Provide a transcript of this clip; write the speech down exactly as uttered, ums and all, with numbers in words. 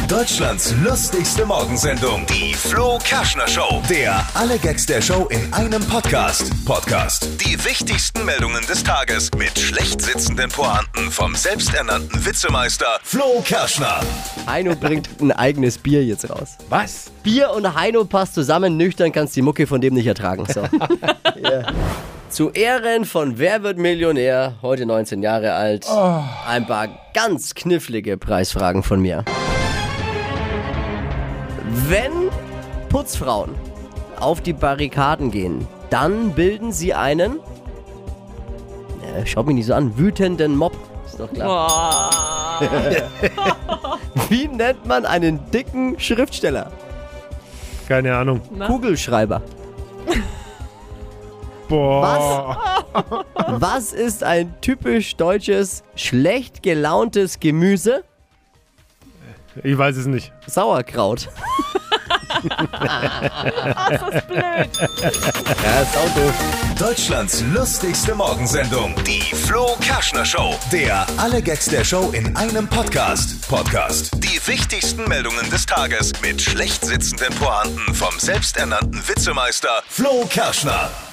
Deutschlands lustigste Morgensendung, die Flo Kerschner Show. Der alle Gags der Show in einem Podcast. Podcast. Die wichtigsten Meldungen des Tages mit schlecht sitzenden Pointen vom selbsternannten Witzemeister Flo Kerschner. Heino bringt ein eigenes Bier jetzt raus. Was? Bier und Heino passt zusammen, nüchtern kannst die Mucke von dem nicht ertragen. So. Yeah. Zu Ehren von Wer wird Millionär, heute neunzehn Jahre alt, oh. ein paar ganz knifflige Preisfragen von mir. Wenn Putzfrauen auf die Barrikaden gehen, dann bilden sie einen, äh, schaut mich nicht so an, wütenden Mob. Ist doch klar. Oh. Wie nennt man einen dicken Schriftsteller? Keine Ahnung. Na? Kugelschreiber. Boah. Was? Was ist ein typisch deutsches, schlecht gelauntes Gemüse? Ich weiß es nicht. Sauerkraut. Ach, ist das blöd. Ja, ist auch doof. Deutschlands lustigste Morgensendung, die Flo Kerschner Show. Der alle Gags der Show in einem Podcast. Podcast. Die wichtigsten Meldungen des Tages mit schlecht sitzenden Pointen vom selbsternannten Witzemeister Flo Kerschner.